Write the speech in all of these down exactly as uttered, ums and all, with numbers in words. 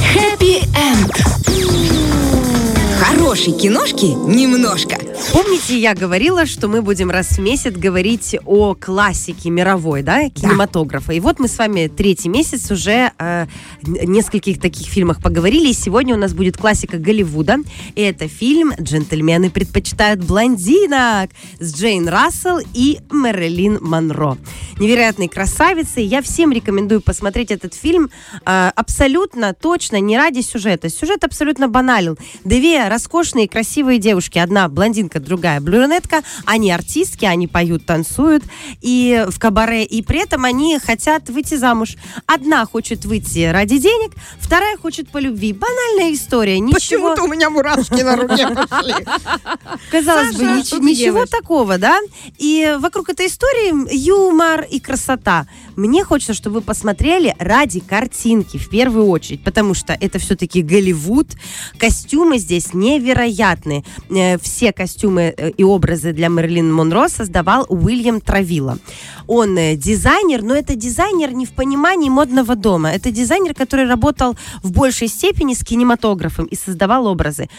Хэппи-энд. Хорошей киношки немножко. Помните, я говорила, что мы будем раз в месяц говорить о классике мировой, да, кинематографа. Да. И вот мы с вами третий месяц уже э, нескольких таких фильмах поговорили. И сегодня у нас будет классика Голливуда. И это фильм «Джентльмены предпочитают блондинок» с Джейн Рассел и Мэрилин Монро. Невероятные красавицы. Я всем рекомендую посмотреть этот фильм э, абсолютно точно не ради сюжета. Сюжет абсолютно банален. Две роскошные красивые девушки. Одна блондинка, другая брюнетка. Они артистки, они поют, танцуют и в кабаре. И при этом они хотят выйти замуж. Одна хочет выйти ради денег, вторая хочет по любви. Банальная история. Ничего... Почему-то у меня мурашки на руке пошли. Казалось бы, ничего такого, да? И вокруг этой истории юмор и красота. Мне хочется, чтобы вы посмотрели ради картинки в первую очередь, потому что это все-таки Голливуд. Костюмы здесь невероятные. Все костюмы и образы для Мэрилин Монро создавал Уильям Травилла. Он дизайнер, но это дизайнер не в понимании модного дома. Это дизайнер, который работал в большей степени с кинематографом и создавал образы.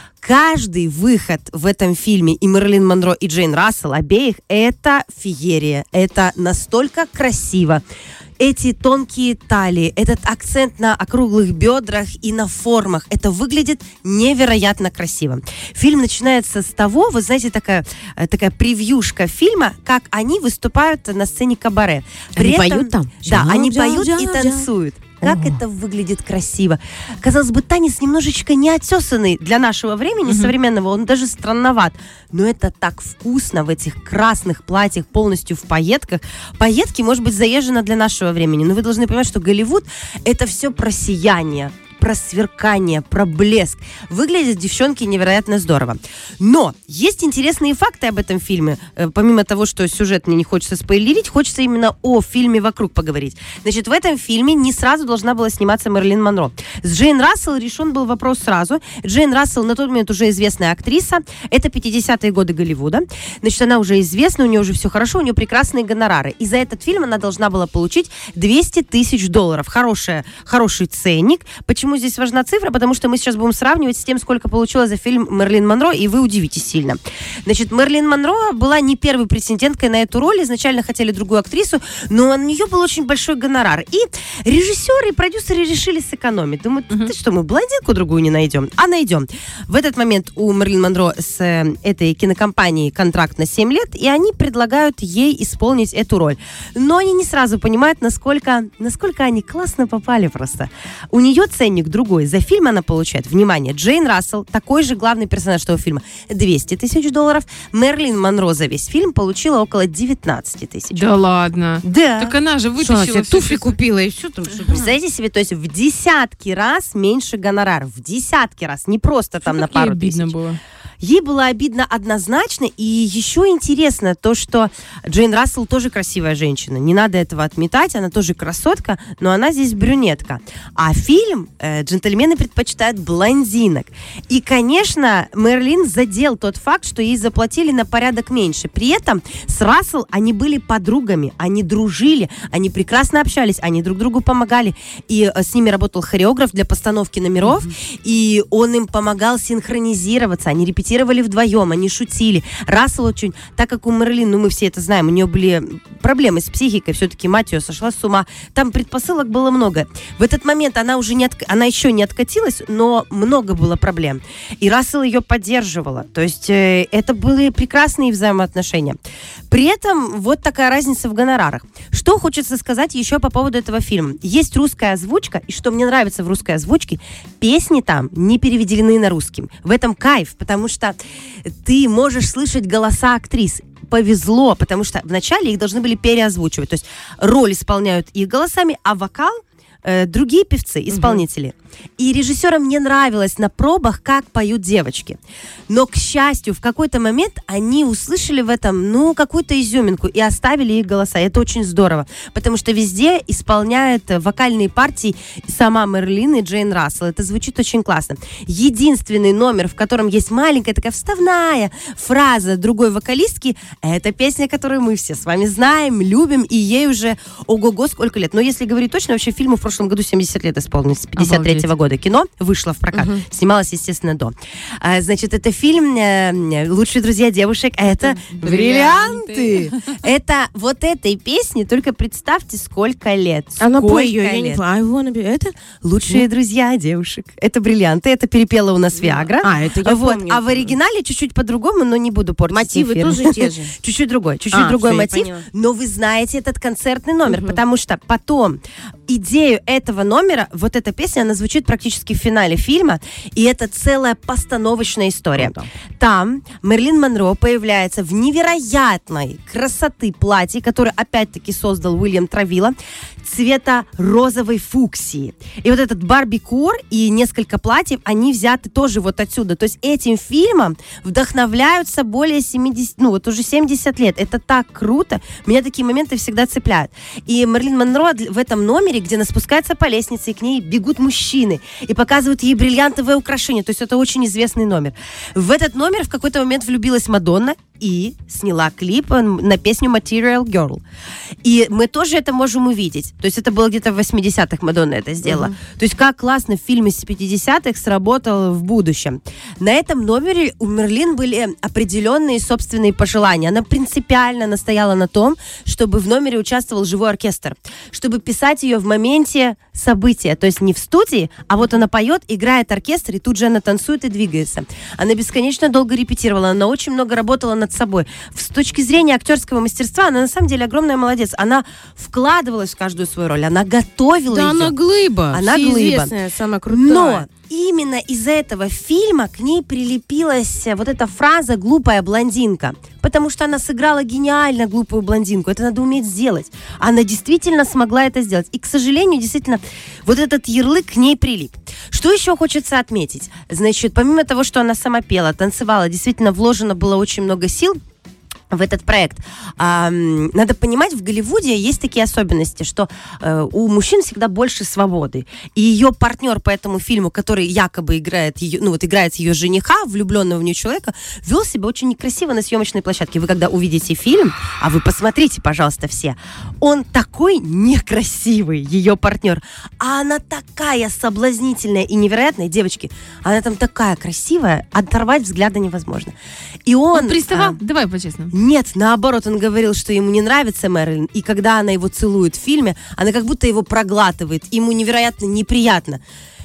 Каждый выход в этом фильме и Мэрилин Монро, и Джейн Рассел, обеих, это феерия. Это настолько красиво. Эти тонкие талии, этот акцент на округлых бедрах и на формах, это выглядит невероятно красиво. Фильм начинается с того, вы знаете, такая, такая превьюшка фильма, как они выступают на сцене кабаре. При они этом, поют там? Да, они поют и танцуют. Как Ого. Это выглядит красиво. Казалось бы, танец немножечко неотесанный для нашего времени, mm-hmm. современного, он даже странноват. Но это так вкусно в этих красных платьях, полностью в пайетках. Пайетки, может быть, заезжено для нашего времени, но вы должны понимать, что Голливуд — это все про сияние, про сверкание, про блеск. Выглядят девчонки невероятно здорово. Но есть интересные факты об этом фильме. Помимо того, что сюжет мне не хочется спойлерить, хочется именно о фильме вокруг поговорить. Значит, в этом фильме не сразу должна была сниматься Мэрилин Монро. С Джейн Рассел решен был вопрос сразу. Джейн Рассел на тот момент уже известная актриса. Это пятидесятые годы Голливуда. Значит, она уже известна, у нее уже все хорошо, у нее прекрасные гонорары. И за этот фильм она должна была получить двести тысяч долларов. Хорошая, хороший ценник. Почему здесь важна цифра? Потому что мы сейчас будем сравнивать с тем, сколько получила за фильм Мэрилин Монро, и вы удивитесь сильно. Значит, Мэрилин Монро была не первой претенденткой на эту роль. Изначально хотели другую актрису, но у нее был очень большой гонорар. И режиссеры и продюсеры решили сэкономить. Думают, uh-huh. ты что, мы блондинку другую не найдем? А найдем. В этот момент у Мэрилин Монро с э, этой кинокомпанией контракт на семь лет, и они предлагают ей исполнить эту роль. Но они не сразу понимают, насколько, насколько они классно попали просто. У нее ценник другой. За фильм она получает, внимание, Джейн Рассел, такой же главный персонаж того фильма, двести тысяч долларов. Мэрилин Монро за весь фильм получила около девятнадцать тысяч. Да ладно? Да. Так она же вытащила... Что, она туфли купила и все там. Представляете себе, то есть в десятки раз меньше гонорар. В десятки раз. Не просто там на пару тысяч. Обидно было. Ей было обидно однозначно, и еще интересно то, что Джейн Рассел тоже красивая женщина. Не надо этого отметать, она тоже красотка, но она здесь брюнетка. А фильм э, «Джентльмены предпочитают блондинок». И, конечно, Мэрилин задел тот факт, что ей заплатили на порядок меньше. При этом с Рассел они были подругами, они дружили, они прекрасно общались, они друг другу помогали. И э, с ними работал хореограф для постановки номеров, mm-hmm. и он им помогал синхронизироваться, они репетировали вдвоем, они шутили. Рассел очень, так как у Мэрилин, ну мы все это знаем, у нее были проблемы с психикой, все-таки мать ее сошла с ума, там предпосылок было много. В этот момент она уже не, от... она еще не откатилась, но много было проблем. И Рассел ее поддерживала. То есть э, это были прекрасные взаимоотношения. При этом вот такая разница в гонорарах. Что хочется сказать еще по поводу этого фильма. Есть русская озвучка, и что мне нравится в русской озвучке, песни там не переведены на русский. В этом кайф, потому что ты можешь слышать голоса актрис. Повезло, потому что вначале их должны были переозвучивать. То есть роль исполняют их голосами, а вокал э, другие певцы, исполнители. Угу. И режиссерам не нравилось на пробах, как поют девочки. Но, к счастью, в какой-то момент они услышали в этом, ну, какую-то изюминку и оставили их голоса. И это очень здорово, потому что везде исполняют вокальные партии сама Мэрилин и Джейн Рассел. Это звучит очень классно. Единственный номер, в котором есть маленькая такая вставная фраза другой вокалистки, это песня, которую мы все с вами знаем, любим, и ей уже ого-го сколько лет. Но если говорить точно, вообще фильму в прошлом прошлом году семьдесят лет исполнилось, с пятьдесят третьего года. Кино вышло в прокат. Угу. Снималось, естественно, до. А, значит, это фильм э, «Лучшие друзья девушек» — это бриллианты. Это вот этой песне, только представьте, сколько лет. Она пой ее, я не знаю. Это «Лучшие друзья девушек». Это бриллианты. Это перепела у нас Виагра. А, это я вот. помню. А в оригинале чуть-чуть по-другому, но не буду портить мотивы эфир. тоже те же. Чуть-чуть другой. Чуть-чуть а, другой все, мотив. Но вы знаете этот концертный номер, угу. потому что потом идею этого номера, вот эта песня, она звучит практически в финале фильма, и это целая постановочная история. Ну, да. Там Мэрилин Монро появляется в невероятной красоты платье, которое опять-таки создал Уильям Травилла, цвета розовой фуксии. И вот этот барби-кор и несколько платьев, они взяты тоже вот отсюда. То есть этим фильмом вдохновляются более семьдесят, ну вот уже семьдесят лет. Это так круто. Меня такие моменты всегда цепляют. И Мэрилин Монро в этом номере, где она спускается по лестнице, и к ней бегут мужчины и показывают ей бриллиантовое украшение. То есть это очень известный номер. В этот номер в какой-то момент влюбилась Мадонна и сняла клип на песню Material Girl. И мы тоже это можем увидеть. То есть это было где-то в восьмидесятых Мадонна это сделала. Uh-huh. То есть как классно фильм из пятидесятых сработал в будущем. На этом номере у Мерлин были определенные собственные пожелания. Она принципиально настояла на том, чтобы в номере участвовал живой оркестр. Чтобы писать ее в моменте события. То есть не в студии, а вот она поет, играет оркестр, и тут же она танцует и двигается. Она бесконечно долго репетировала. Она очень много работала над собой. С точки зрения актерского мастерства, она на самом деле огромная молодец. Она вкладывалась в каждую свою роль. Она готовила да ее. она глыба. Она глыба. Самая крутая. Но именно из-за этого фильма к ней прилепилась вот эта фраза «глупая блондинка». Потому что она сыграла гениально глупую блондинку. Это надо уметь сделать. Она действительно смогла это сделать. И, к сожалению, действительно, вот этот ярлык к ней прилип. Что еще хочется отметить? Значит, помимо того, что она сама пела, танцевала, действительно вложено было очень много сил в этот проект. А, надо понимать, в Голливуде есть такие особенности, что э, у мужчин всегда больше свободы. И ее партнер по этому фильму, который якобы играет ее, ну вот играет ее жениха, влюбленного в нее человека, вел себя очень некрасиво на съемочной площадке. Вы когда увидите фильм, а вы посмотрите, пожалуйста, все, он такой некрасивый, ее партнер, а она такая соблазнительная и невероятная, девочки, она там такая красивая, оторвать взгляда невозможно. И он... Он приставал? А, Давай по-честному. Нет, наоборот, он говорил, что ему не нравится Мэрилин, и когда она его целует в фильме, она как будто его проглатывает, ему невероятно неприятно.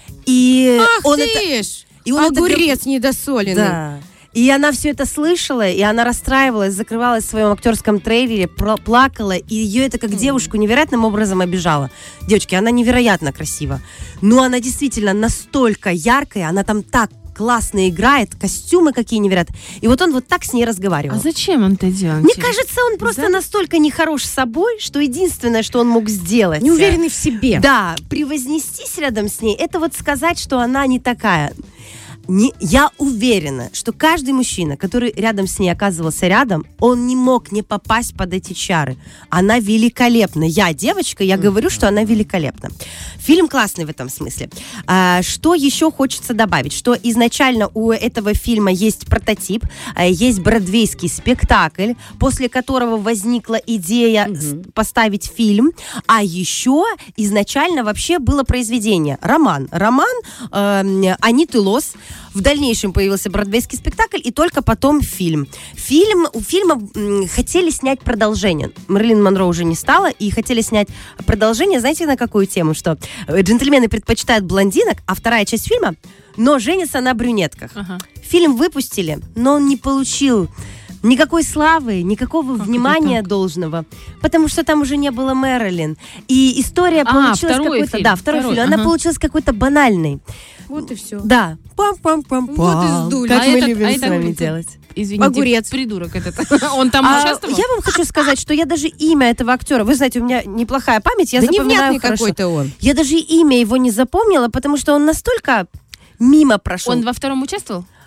И Ах он ты это... ж! И он огурец это... недосоленный. Да. И она все это слышала, и она расстраивалась, закрывалась в своем актерском трейлере, плакала, и ее это как девушку невероятным образом обижало. Девочки, она невероятно красива. Но она действительно настолько яркая, она там так классно играет, костюмы какие невероятные. И вот он вот так с ней разговаривал. А зачем он это делал? Мне кажется, он просто да? настолько нехорош собой, что единственное, что он мог сделать... Неуверенный в себе. Да, превознестись рядом с ней, это вот сказать, что она не такая... Не, я уверена, что каждый мужчина, который рядом с ней оказывался рядом, он не мог не попасть под эти чары. Она великолепна. Я девочка, я говорю, что она великолепна. Фильм классный в этом смысле. А, что еще хочется добавить? Что изначально у этого фильма есть прототип, есть бродвейский спектакль, после которого возникла идея mm-hmm. поставить фильм. А еще изначально вообще было произведение. Роман. Роман э, Аниты Лос. В дальнейшем появился бродвейский спектакль, и только потом фильм. Фильм, у фильма м, хотели снять продолжение. Мэрилин Монро уже не стала, и хотели снять продолжение, знаете, на какую тему? Что джентльмены предпочитают блондинок, а вторая часть фильма, но женятся на брюнетках. Ага. Фильм выпустили, но он не получил никакой славы, никакого как внимания должного, потому что там уже не было Мэрилин. И история а, получилась какой-то... Фильм. Да, второй, второй фильм. Ага. Она получилась какой-то банальной. Вот и все. Да. Пам-пам-пам-пам. Вот и сдули. Как а мы этот, любим а с вами делать. Извините, огурец. Придурок этот. Он там а, участвовал? Я вам хочу сказать, что я даже имя этого актера, вы знаете, у меня неплохая память, я да запоминаю хорошо. Какой-то он. Я даже имя его не запомнила, потому что он настолько мимо прошел. Он во втором участвовал?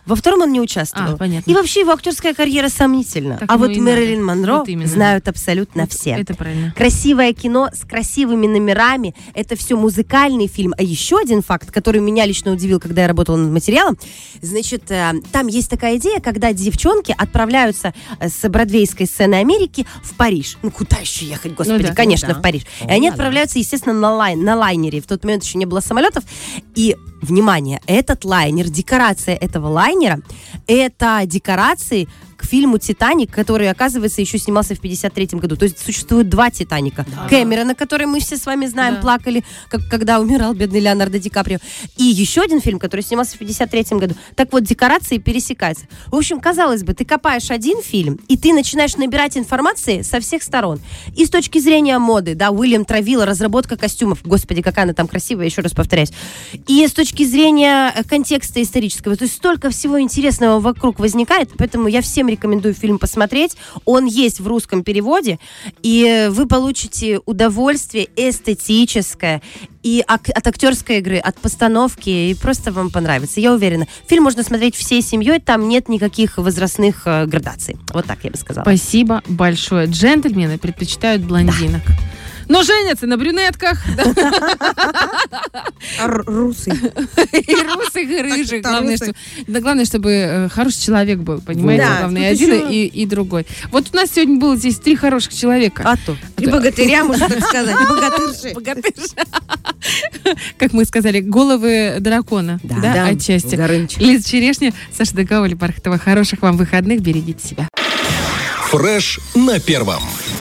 Во втором он не участвовал. А, понятно. И вообще его актерская карьера сомнительна. Так а ему вот и Мэрилин надо. Монро Вот именно. знают абсолютно Вот все. это правильно. Красивое кино с красивыми номерами. Это все музыкальный фильм. А еще один факт, который меня лично удивил, когда я работала над материалом. Значит, э, там есть такая идея, когда девчонки отправляются э, с бродвейской сцены Америки в Париж. Ну, куда еще ехать, господи? Ну да, Конечно, ну да. в Париж. О, И они да, отправляются, естественно, на, лайн, на лайнере. В тот момент еще не было самолетов. И, внимание, этот лайнер, декорация этого лайнера, это декорации к фильму «Титаник», который, оказывается, еще снимался в пятьдесят третьем году. То есть существует два «Титаника». Да. Кэмерона, который мы все с вами знаем, Да. плакали, как, когда умирал бедный Леонардо Ди Каприо. И еще один фильм, который снимался в пятьдесят третьем году. Так вот, декорации пересекаются. В общем, казалось бы, ты копаешь один фильм, и ты начинаешь набирать информации со всех сторон. И с точки зрения моды, да, Уильям Травилла, разработка костюмов. Господи, какая она там красивая, еще раз повторяюсь. И с точки зрения контекста исторического. То есть столько всего интересного вокруг возникает, поэтому я всем рекомендую фильм посмотреть. Он есть в русском переводе, и вы получите удовольствие эстетическое и ак- от актерской игры, от постановки, и просто вам понравится. Я уверена. Фильм можно смотреть всей семьей, там нет никаких возрастных э, градаций. Вот так я бы сказала. Спасибо большое. Джентльмены предпочитают блондинок. Но женятся на брюнетках. Русы. И русых, и рыжих. Так-то Главное, русы. что- да, главное, чтобы э, хороший человек был, понимаете? Да, Главное, и тут один, еще- и, и другой. Вот у нас сегодня было здесь три хороших человека. А то. И богатыря, можно так сказать. Богатырши. Богатырша. Как мы сказали, головы дракона. Да, Да, отчасти. Горыныч. Лиза Черешня, Саша Декова, Бархатова. Хороших вам выходных, берегите себя. Фреш на первом.